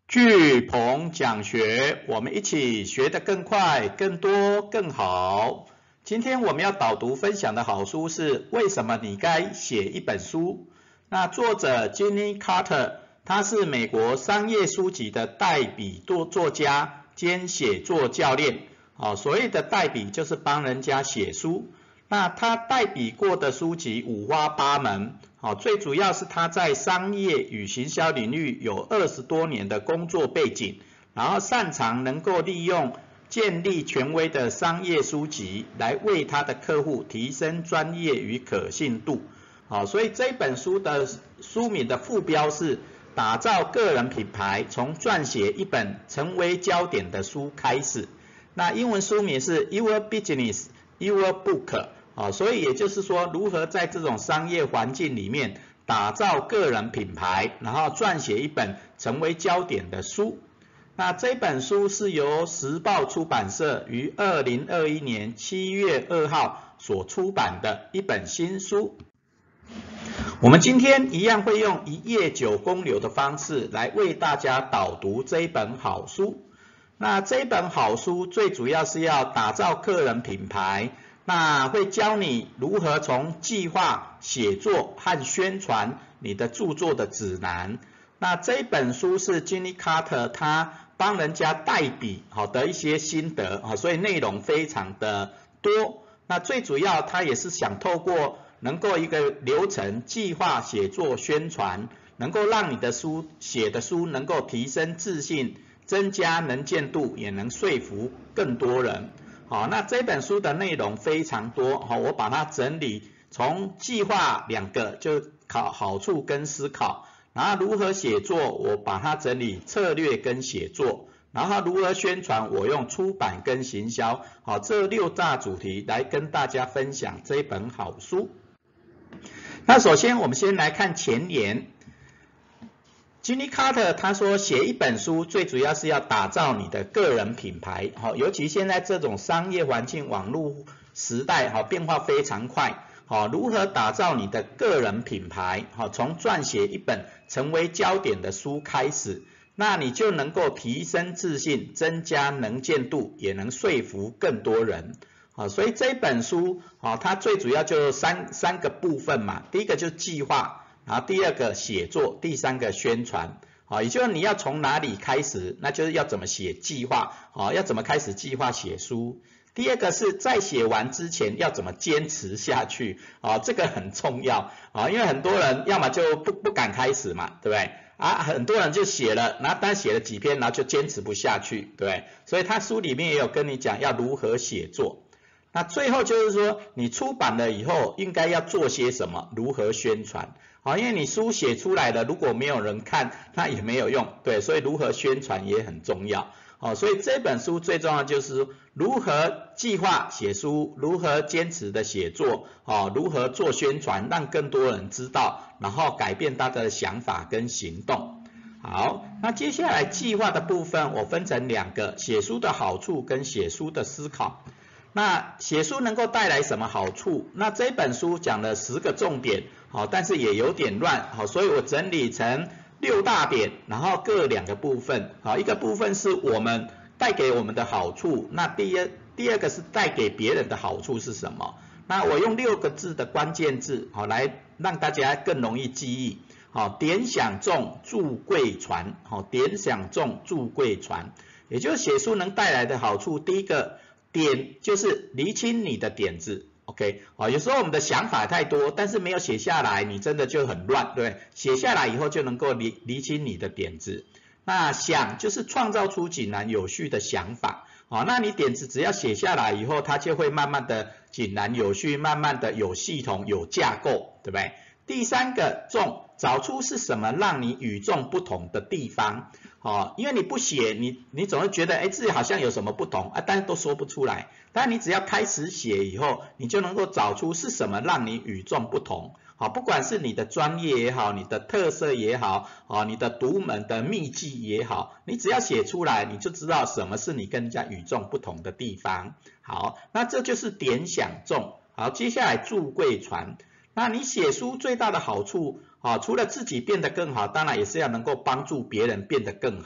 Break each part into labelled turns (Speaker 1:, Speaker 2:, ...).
Speaker 1: 巨鹏讲学，我们一起学得更快、更多、更好。今天我们要导读分享的好书是《为什么你该写一本书》。那作者 Jenny Carter， 他是美国商业书籍的代笔作家兼写作教练。所谓的代笔就是帮人家写书。那他代笔过的书籍五花八门，最主要是他在商业与行销领域有20多年的工作背景，然后擅长能够利用建立权威的商业书籍来为他的客户提升专业与可信度。所以这本书的书名的副标是打造个人品牌，从撰写一本成为焦点的书开始。那英文书名是 Your Business, Your Book。所以也就是说，如何在这种商业环境里面打造个人品牌，然后撰写一本成为焦点的书。那这本书是由时报出版社于2021年7月2号所出版的一本新书。我们今天一样会用1页9公流的方式来为大家导读这一本好书。那这本好书最主要是要打造个人品牌，那会教你如何从计划、写作和宣传你的著作的指南。那这本书是 Jenny Carter 他帮人家代笔的一些心得，所以内容非常的多。那最主要他也是想透过能够一个流程计划、写作、宣传，能够让你的写的书能够提升自信，增加能见度，也能说服更多人。那这本书的内容非常多，我把它整理从计划2个，就好处跟思考，然后如何写作，我把它整理策略跟写作，然后如何宣传，我用出版跟行销，这6大主题来跟大家分享这本好书。那首先我们先来看前言。Jenny Carter 他说，写一本书最主要是要打造你的个人品牌，尤其现在这种商业环境、网络时代变化非常快，如何打造你的个人品牌，从撰写一本成为焦点的书开始，那你就能够提升自信，增加能见度，也能说服更多人。所以这本书它最主要就三个部分嘛，第一个就是计划，然后第2个写作，第3个宣传。也就是你要从哪里开始，那就是要怎么写计划，要怎么开始计划写书。第2个是在写完之前要怎么坚持下去，这个很重要，因为很多人要么就不敢开始嘛，对不对？很多人就写了，然后单写了几篇，然后就坚持不下去，对不对？所以他书里面也有跟你讲要如何写作。那最后就是说，你出版了以后应该要做些什么，如何宣传。因为你书写出来了，如果没有人看，那也没有用，对，所以如何宣传也很重要。所以这本书最重要就是如何计划写书，如何坚持的写作，如何做宣传，让更多人知道，然后改变他的想法跟行动。好，那接下来计划的部分我分成2个，写书的好处跟写书的思考。那写书能够带来什么好处？那这本书讲了10个重点，但是也有点乱，所以我整理成6大点，然后各2个部分。一个部分是我们带给我们的好处，那第二个是带给别人的好处是什么？那我用6个字的关键字，来让大家更容易记忆。点想中铸贵传，点想中铸贵传，也就是写书能带来的好处。第一个点就是厘清你的点子 ，OK， 有时候我们的想法太多，但是没有写下来，你真的就很乱，对不对？写下来以后就能够厘清你的点子。那想就是创造出井然有序的想法，那你点子只要写下来以后，它就会慢慢的井然有序，慢慢的有系统、有架构，对不对？第3个重，找出是什么让你与众不同的地方。因为你不写，你总会觉得自己好像有什么不同但是都说不出来。但你只要开始写以后，你就能够找出是什么让你与众不同。不管是你的专业也好，你的特色也好，你的独门的秘技也好，你只要写出来，你就知道什么是你跟人家与众不同的地方。好，那这就是点想中。好，接下来铸贵传。那你写书最大的好处，除了自己变得更好，当然也是要能够帮助别人变得更好。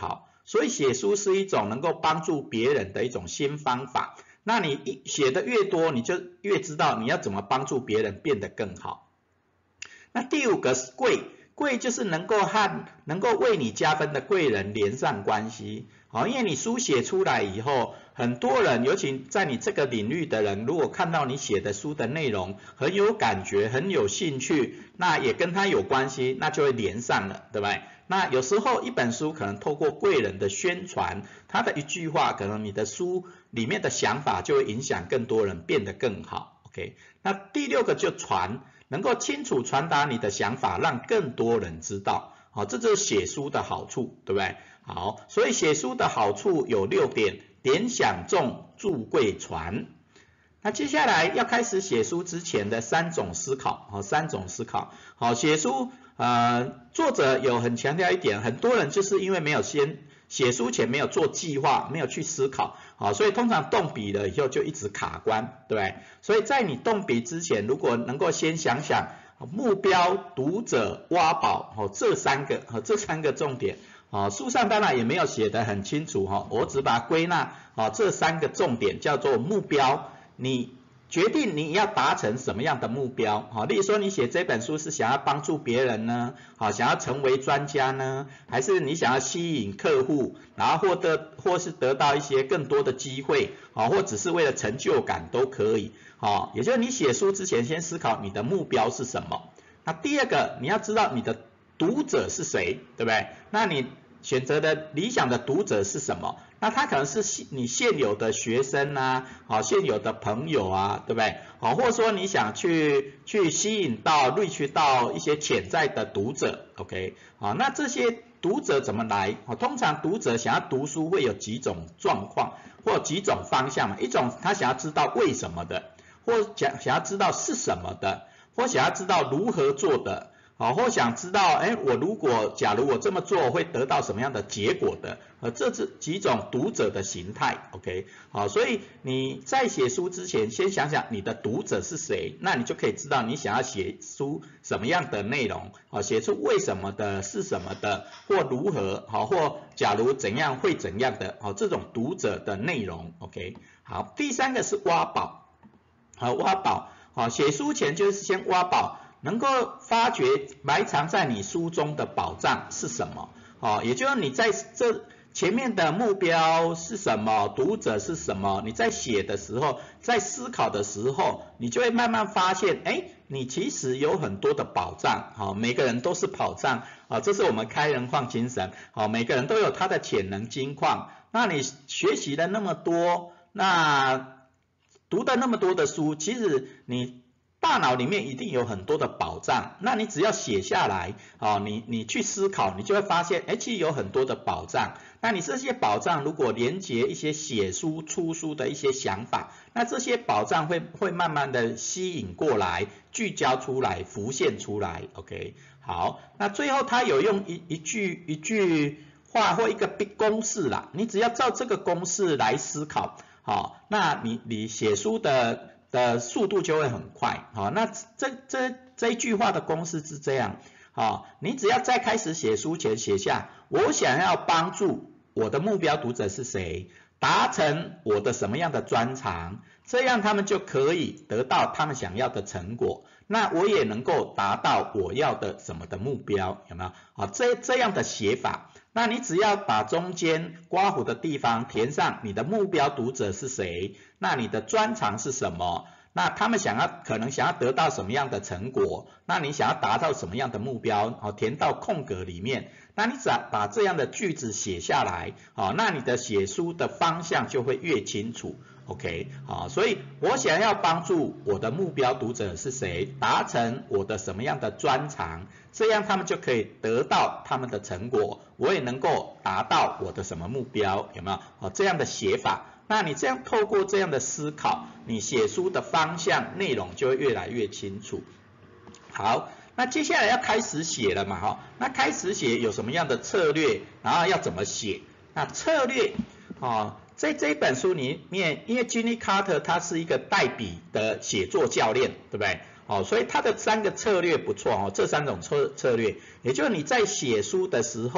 Speaker 1: 所以写书是一种能够帮助别人的一种新方法。那你写的越多，你就越知道你要怎么帮助别人变得更好。那第5个是贵，贵就是能够为你加分的贵人连上关系。好，因为你书写出来以后，很多人，尤其在你这个领域的人，如果看到你写的书的内容很有感觉，很有兴趣，那也跟他有关系，那就会连上了，对不对？那有时候一本书可能透过贵人的宣传，他的一句话，可能你的书里面的想法就会影响更多人变得更好。OK， 那第6个就传，能够清楚传达你的想法，让更多人知道。好，这就是写书的好处，对不对？好，所以写书的好处有6点，点想中，助贵传。那接下来要开始写书之前的3种思考，3种思考。好，写书作者有很强调一点，很多人就是因为没有写书前没有做计划，没有去思考，好，所以通常动笔了以后就一直卡关，对不对？所以在你动笔之前，如果能够先想想目标、读者、挖宝，这三个重点。书上当然也没有写得很清楚，我只把它归纳，这3个重点叫做目标，你决定你要达成什么样的目标，例如说你写这本书是想要帮助别人呢，想要成为专家呢，还是你想要吸引客户，然后或是得到一些更多的机会，或只是为了成就感都可以，也就是你写书之前先思考你的目标是什么。那第2个，你要知道你的读者是谁，对不对？那你选择的理想的读者是什么？那他可能是你现有的学生啊，现有的朋友啊，对不对？或者说你想去吸引到 reach 到一些潜在的读者 ，OK？ 那这些读者怎么来？通常读者想要读书会有几种状况或几种方向嘛，一种他想要知道为什么的，或想要知道是什么的，或想要知道如何做的。或想知道，假如我这么做会得到什么样的结果的，这是几种读者的形态 ，OK， 好，所以你在写书之前，先想想你的读者是谁，那你就可以知道你想要写出什么样的内容，写出为什么的，是什么的，或如何，或假如怎样会怎样的，这种读者的内容 ，OK， 好，第3个是挖宝，挖宝，写书前就是先挖宝。能够发掘埋藏在你书中的宝藏是什么？也就是你在这前面的目标是什么，读者是什么，你在写的时候，在思考的时候，你就会慢慢发现，你其实有很多的宝藏，每个人都是宝藏，这是我们开人矿精神，每个人都有他的潜能金矿。那你学习了那么多，那读了那么多的书，其实你大脑里面一定有很多的宝藏，那你只要写下来，你去思考，你就会发现，其实有很多的宝藏。那你这些宝藏如果连接一些写书、出书的一些想法，那这些宝藏会慢慢的吸引过来，聚焦出来，浮现出来。OK， 好，那最后他有用一句话或一个公式啦，你只要照这个公式来思考，那你写书的速度就会很快，那这一句话的公式是这样，你只要在开始写书前写下，我想要帮助我的目标读者是谁，达成我的什么样的专长，这样他们就可以得到他们想要的成果，那我也能够达到我要的什么的目标，有没有？这样的写法。那你只要把中间刮胡的地方填上你的目标读者是谁，那你的专长是什么，那他们可能想要得到什么样的成果，那你想要达到什么样的目标，填到空格里面，那你只要把这样的句子写下来，那你的写书的方向就会越清楚。OK， 所以我想要帮助我的目标读者是谁，达成我的什么样的专长，这样他们就可以得到他们的成果，我也能够达到我的什么目标，有没有？这样的写法，那你这样透过这样的思考，你写书的方向内容就会越来越清楚。好，那接下来要开始写了嘛，那开始写有什么样的策略，然后要怎么写？那策略，在这一本书里面，因为 Jimmy Carter 他是一个代笔的写作教练，对不对？所以他的3个策略不错，这3种策略，也就是你在写书的时候，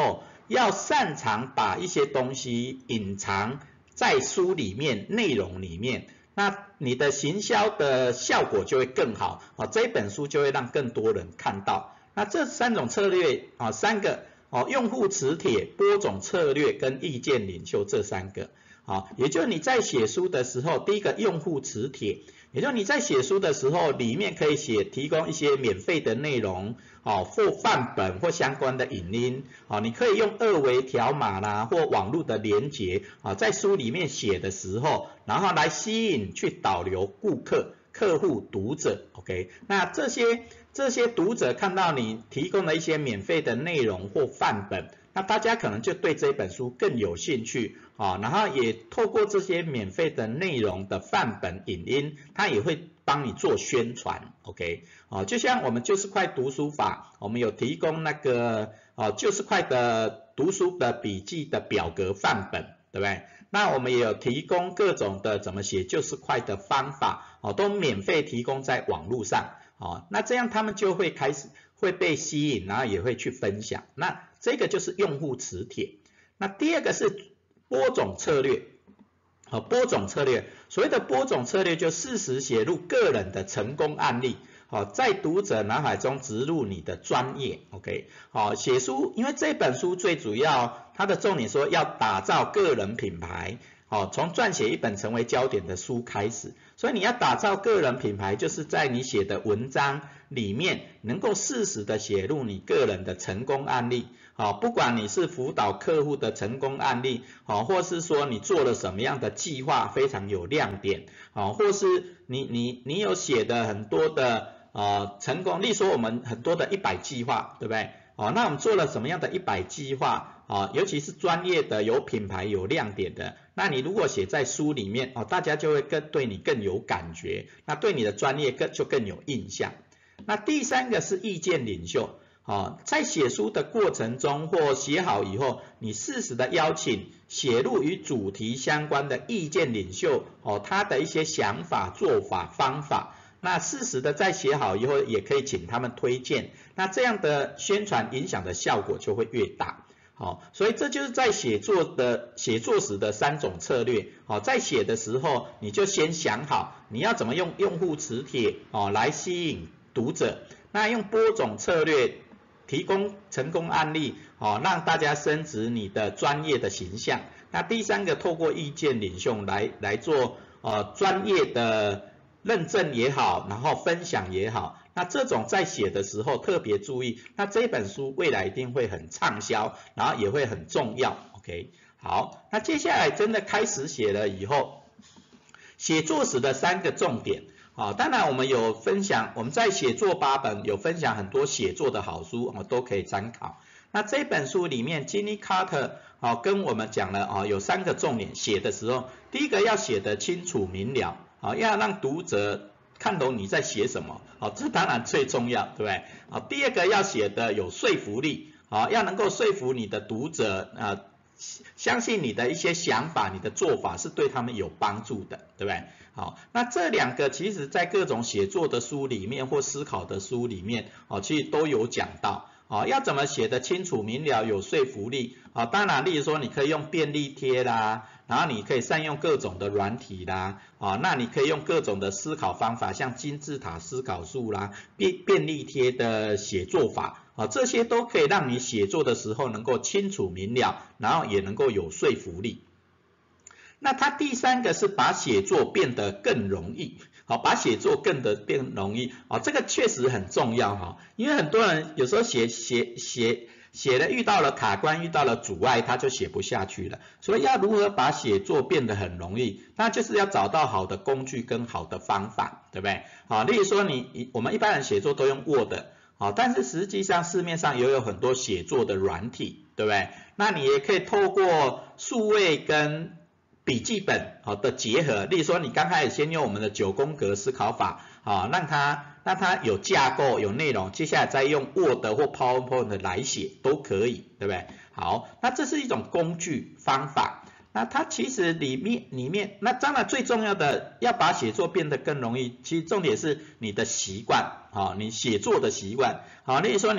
Speaker 1: 要擅长把一些东西隐藏在书里面、内容里面，那你的行销的效果就会更好，这本书就会让更多人看到。那这3种策略3个用户磁铁、播种策略跟意见领袖这3个，也就是你在写书的时候，第一个用户磁铁，也就是你在写书的时候，里面可以提供一些免费的内容，或范本或相关的影音，你可以用2维条码啦，或网络的连结，在书里面写的时候，然后来吸引去导流顾客、客户、读者 ，OK， 那这些读者看到你提供了一些免费的内容或范本，那大家可能就对这本书更有兴趣，然后也透过这些免费的内容的范本影音，它也会帮你做宣传 ，OK， 就像我们就是快读书法，我们有提供那个就是快的读书的笔记的表格范本，对不对？那我们也有提供各种的怎么写就是快的方法，都免费提供在网络上，那这样他们就会开始会被吸引，然后也会去分享，那这个就是用户磁铁。那第二个是播种策略，播种策略，所谓的播种策略就适时写入个人的成功案例，在读者脑海中植入你的专业 ，OK， 写书，因为这本书最主要它的重点说要打造个人品牌，从撰写一本成为焦点的书开始，所以你要打造个人品牌，就是在你写的文章里面能够适时的写入你个人的成功案例，不管你是辅导客户的成功案例，或是说你做了什么样的计划非常有亮点，或是你有写的很多的成功，例如说我们很多的100计划，对不对？那我们做了什么样的100计划，尤其是专业的、有品牌、有亮点的，那你如果写在书里面，大家就会对你更有感觉，那对你的专业就更有印象。那第3个是意见领袖，在写书的过程中或写好以后，你适时的邀请写入与主题相关的意见领袖，他的一些想法、做法、方法，那适时的在写好以后，也可以请他们推荐，那这样的宣传影响的效果就会越大。所以这就是在写作时的3种策略，在写的时候你就先想好你要怎么用用户磁铁来吸引读者，那用播种策略提供成功案例，让大家升值你的专业的形象。那第3个透过意见领袖来做专业的认证也好，然后分享也好，那这种在写的时候特别注意，那这本书未来一定会很畅销，然后也会很重要 ，OK， 好，那接下来真的开始写了以后，写作时的3个重点，当然我们有分享，我们在写作8本有分享很多写作的好书，都可以参考。那这本书里面 Ginny Carter 跟我们讲了有3个重点，写的时候，第一个要写得清楚明了，要让读者看懂你在写什么，这当然最重要，对不对？第2个要写得有说服力，要能够说服你的读者，相信你的一些想法、你的做法是对他们有帮助的，对不对？好，那这2个其实在各种写作的书里面或思考的书里面，其实都有讲到。要怎么写得清楚明了有说服力，当然例如说你可以用便利贴啦，然后你可以善用各种的软体啦，那你可以用各种的思考方法，像金字塔思考术啦，便利贴的写作法，这些都可以让你写作的时候能够清楚明了，然后也能够有说服力。那它第3个是把写作变得更容易，把写作变容易，这个确实很重要，因为很多人有时候写了遇到了卡关，遇到了阻碍，他就写不下去了。所以要如何把写作变得很容易，那就是要找到好的工具跟好的方法，对不对？例如说我们一般人写作都用 Word， 但是实际上市面上也有很多写作的软体，对不对？那你也可以透过数位跟笔记本的结合，例如说你刚开始先用我们的9宫格思考法，让它有架构有内容，接下来再用 Word 或 PowerPoint 来写都可以，对不对？好，那这是一种工具方法。那它其实里面，那当然最重要的要把写作变得更容易，其实重点是你的习惯，你写作的习惯，例如说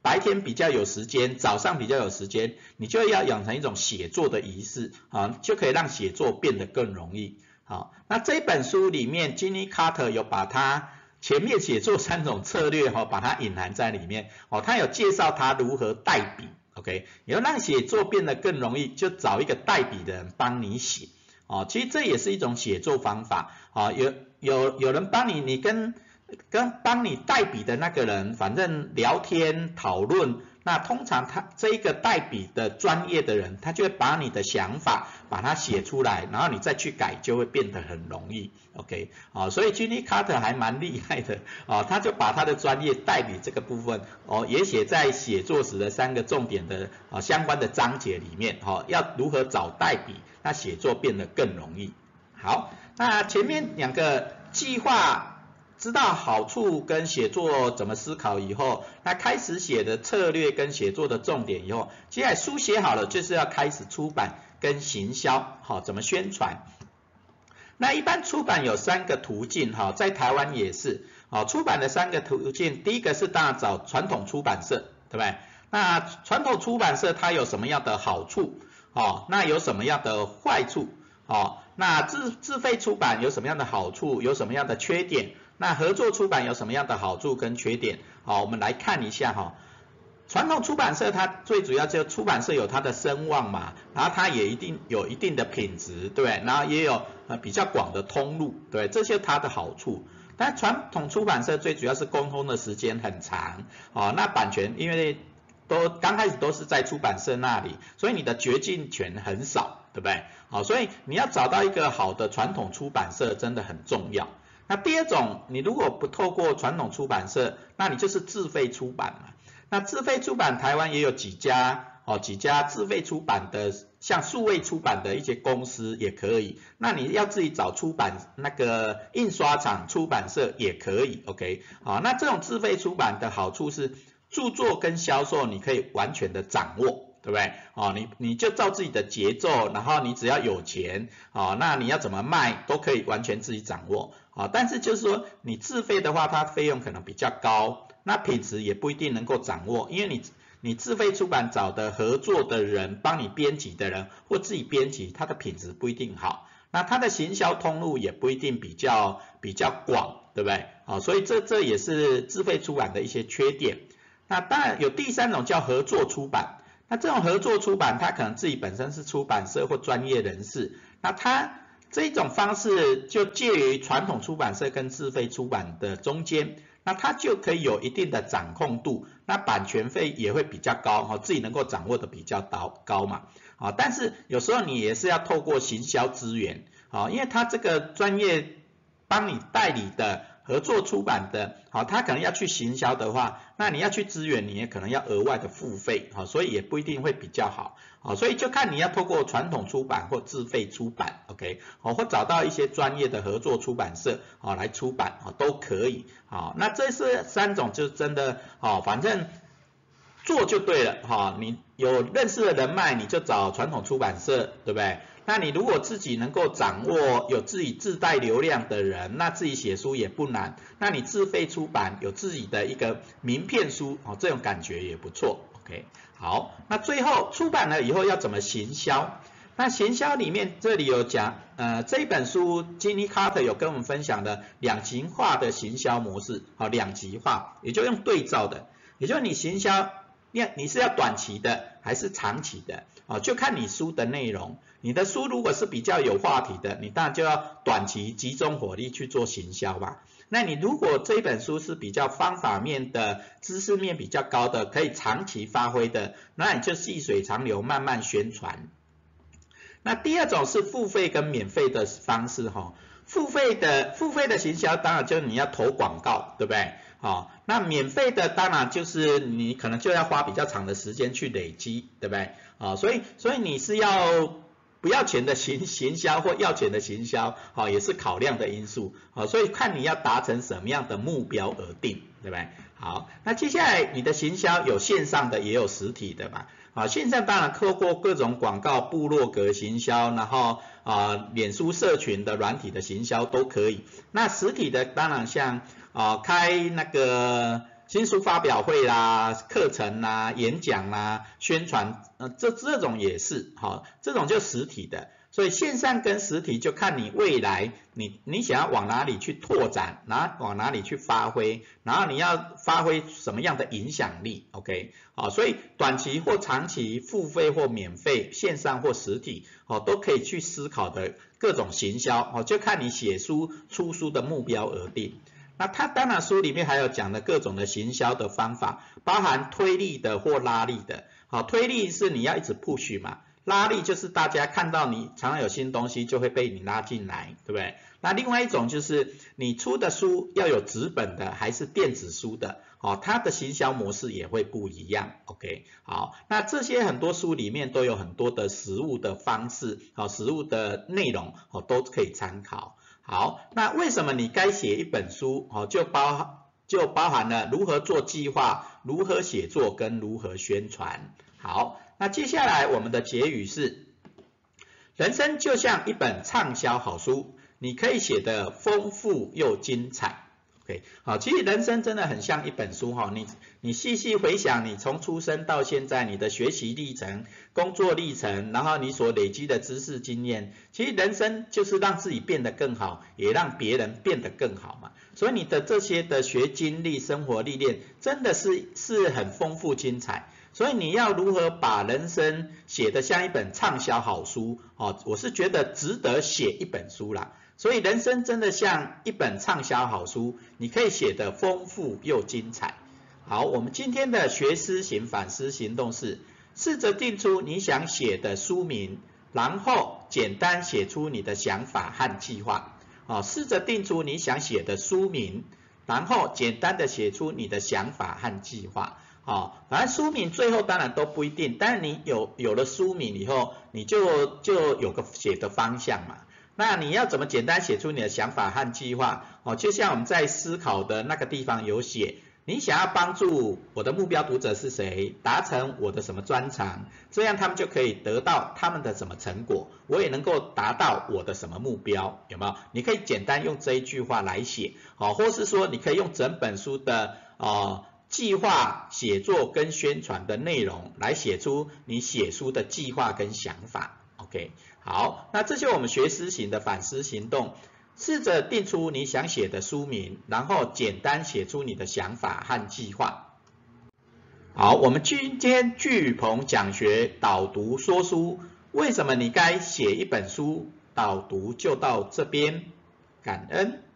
Speaker 1: 白天比较有时间，早上比较有时间，你就要养成一种写作的仪式啊，就可以让写作变得更容易。好，那这本书里面 Ginny Carter 有把它前面写作3种策略把它隐含在里面他有介绍他如何代笔 ，OK， 要让写作变得更容易，就找一个代笔的人帮你写其实这也是一种写作方法有人帮你，你跟帮你代笔的那个人，反正聊天讨论，那通常他这一个代笔的专业的人，他就会把你的想法把它写出来，然后你再去改，就会变得很容易 ，OK， 所以 Ginny Carter 还蛮厉害的他就把他的专业代笔这个部分也写在写作时的3个重点的相关的章节里面要如何找代笔，那写作变得更容易。好，那前面2个计划。知道好处跟写作怎么思考以后，那开始写的策略跟写作的重点以后，接下来书写好了，就是要开始出版跟行销，怎么宣传？那一般出版有3个途径，在台湾也是，出版的3个途径，第一个是当然找传统出版社，对不对？那传统出版社它有什么样的好处？那有什么样的坏处？那自费出版有什么样的好处？有什么样的缺点？那合作出版有什么样的好处跟缺点？我们来看一下传统出版社它最主要就出版社有它的声望嘛，然后它也一定有一定的品质，对不对？然后也有比较广的通路，对，这些它的好处。但传统出版社最主要是沟通的时间很长那版权因为刚开始都是在出版社那里，所以你的决定权很少，对不对？所以你要找到一个好的传统出版社真的很重要。那第2种，你如果不透过传统出版社，那你就是自费出版嘛。那自费出版台湾也有几家自费出版的，像数位出版的一些公司也可以。那你要自己找出版那个印刷厂、出版社也可以 ，OK， 那这种自费出版的好处是著作跟销售你可以完全的掌握。对不对？你就照自己的节奏，然后你只要有钱那你要怎么卖都可以完全自己掌握但是就是说你自费的话，它费用可能比较高，那品质也不一定能够掌握，因为你自费出版找的合作的人，帮你编辑的人或自己编辑，它的品质不一定好，那它的行销通路也不一定比较广，对不对？所以这也是自费出版的一些缺点。那当然有第3种叫合作出版。那这种合作出版，他可能自己本身是出版社或专业人士，那他这种方式就介于传统出版社跟自费出版的中间，那他就可以有一定的掌控度，那版权费也会比较高自己能够掌握的比较高嘛但是有时候你也是要透过行销资源因为他这个专业帮你代理的合作出版的他可能要去行销的话，那你要去支援，你也可能要额外的付费所以也不一定会比较好所以就看你要透过传统出版或自费出版 OK 或找到一些专业的合作出版社来出版都可以那这是3种就真的反正做就对了你有认识的人脉你就找传统出版社，对不对？那你如果自己能够掌握有自己自带流量的人，那自己写书也不难，那你自费出版有自己的一个名片书这种感觉也不错 OK。 好，那最后出版了以后要怎么行销？那行销里面这里有讲这一本书 Ginny Carter 有跟我们分享的2极化的行销模式2极化，也就用对照的，也就是你行销你是要短期的还是长期的就看你书的内容。你的书如果是比较有话题的，你当然就要短期集中火力去做行销吧。那你如果这本书是比较方法面的，知识面比较高的，可以长期发挥的，那你就细水长流慢慢宣传。那第2种是付费跟免费的方式付费的行销当然就是你要投广告，对不对？那免费的当然就是你可能就要花比较长的时间去累积，对不对？所以你是要不要钱的行销或要钱的行销也是考量的因素所以看你要达成什么样的目标而定，对不对？好，那接下来你的行销有线上的也有实体的嘛线上当然透过各种广告、部落格行销，然后脸书社群的软体的行销都可以。那实体的当然像开那个新书发表会啦、课程啦、演讲啦、宣传，这种也是，好，这种就实体的。所以线上跟实体就看你未来你想要往哪里去拓展，往哪里去发挥，然后你要发挥什么样的影响力 ，OK， 好，所以短期或长期付费或免费，线上或实体，都可以去思考的各种行销，就看你写书出书的目标而定。那它当然书里面还有讲的各种的行销的方法，包含推力的或拉力的。好，推力是你要一直 push 嘛，拉力就是大家看到你常常有新东西就会被你拉进来，对不对？那另外一种就是你出的书要有纸本的还是电子书的，它的行销模式也会不一样 ，OK， 好，那这些很多书里面都有很多的实务的方式，实务的内容，都可以参考。好，那为什么你该写一本书？就包含了如何做计划、如何写作跟如何宣传。好，那接下来我们的结语是：人生就像一本畅销好书，你可以写得丰富又精彩。OK， 好，其实人生真的很像一本书哈，你细细回想，你从出生到现在，你的学习历程、工作历程，然后你所累积的知识经验，其实人生就是让自己变得更好，也让别人变得更好嘛。所以你的这些的学经历、生活历练，真的是很丰富精彩。所以你要如何把人生写得像一本畅销好书？我是觉得值得写一本书啦。所以人生真的像一本畅销好书，你可以写得丰富又精彩。好，我们今天的学思行反思行动是：试着定出你想写的书名，然后简单写出你的想法和计划。试着定出你想写的书名，然后简单的写出你的想法和计划。反正书名最后当然都不一定，但是你有了书名以后，你就有个写的方向嘛。那你要怎么简单写出你的想法和计划？就像我们在思考的那个地方有写，你想要帮助我的目标读者是谁，达成我的什么专长，这样他们就可以得到他们的什么成果，我也能够达到我的什么目标，有没有？你可以简单用这一句话来写，或是说你可以用整本书的计划、写作跟宣传的内容来写出你写书的计划跟想法。OK， 好，那这就是我们学思行的反思行动，试着定出你想写的书名，然后简单写出你的想法和计划。好，我们今天巨鹏讲学导读说书，为什么你该写一本书？导读就到这边，感恩。